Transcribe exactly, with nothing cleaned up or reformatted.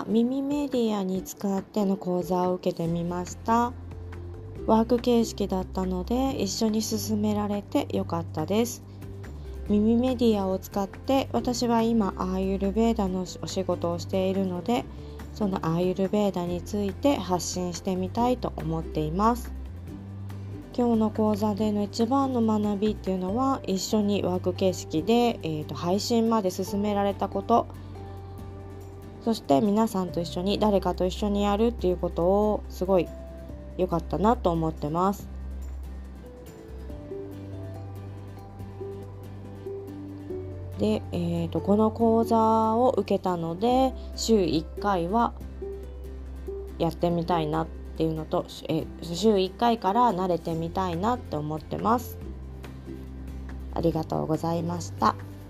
は耳メディアに使っての講座を受けてみました。ワーク形式だったので一緒に進められてよかったです。耳メディアを使って私は今アーユルヴェーダのお仕事をしているので、そのアーユルヴェーダについて発信してみたいと思っています。今日の講座での一番の学びっていうのは、一緒にワーク形式で、えーと、配信まで進められたこと、そして皆さんと一緒に誰かと一緒にやるっていうことをすごい良かったなと思ってます。で、えーと、この講座を受けたので週いっかいはやってみたいなっていうのと、え週いっかいから慣れてみたいなって思ってます。ありがとうございました。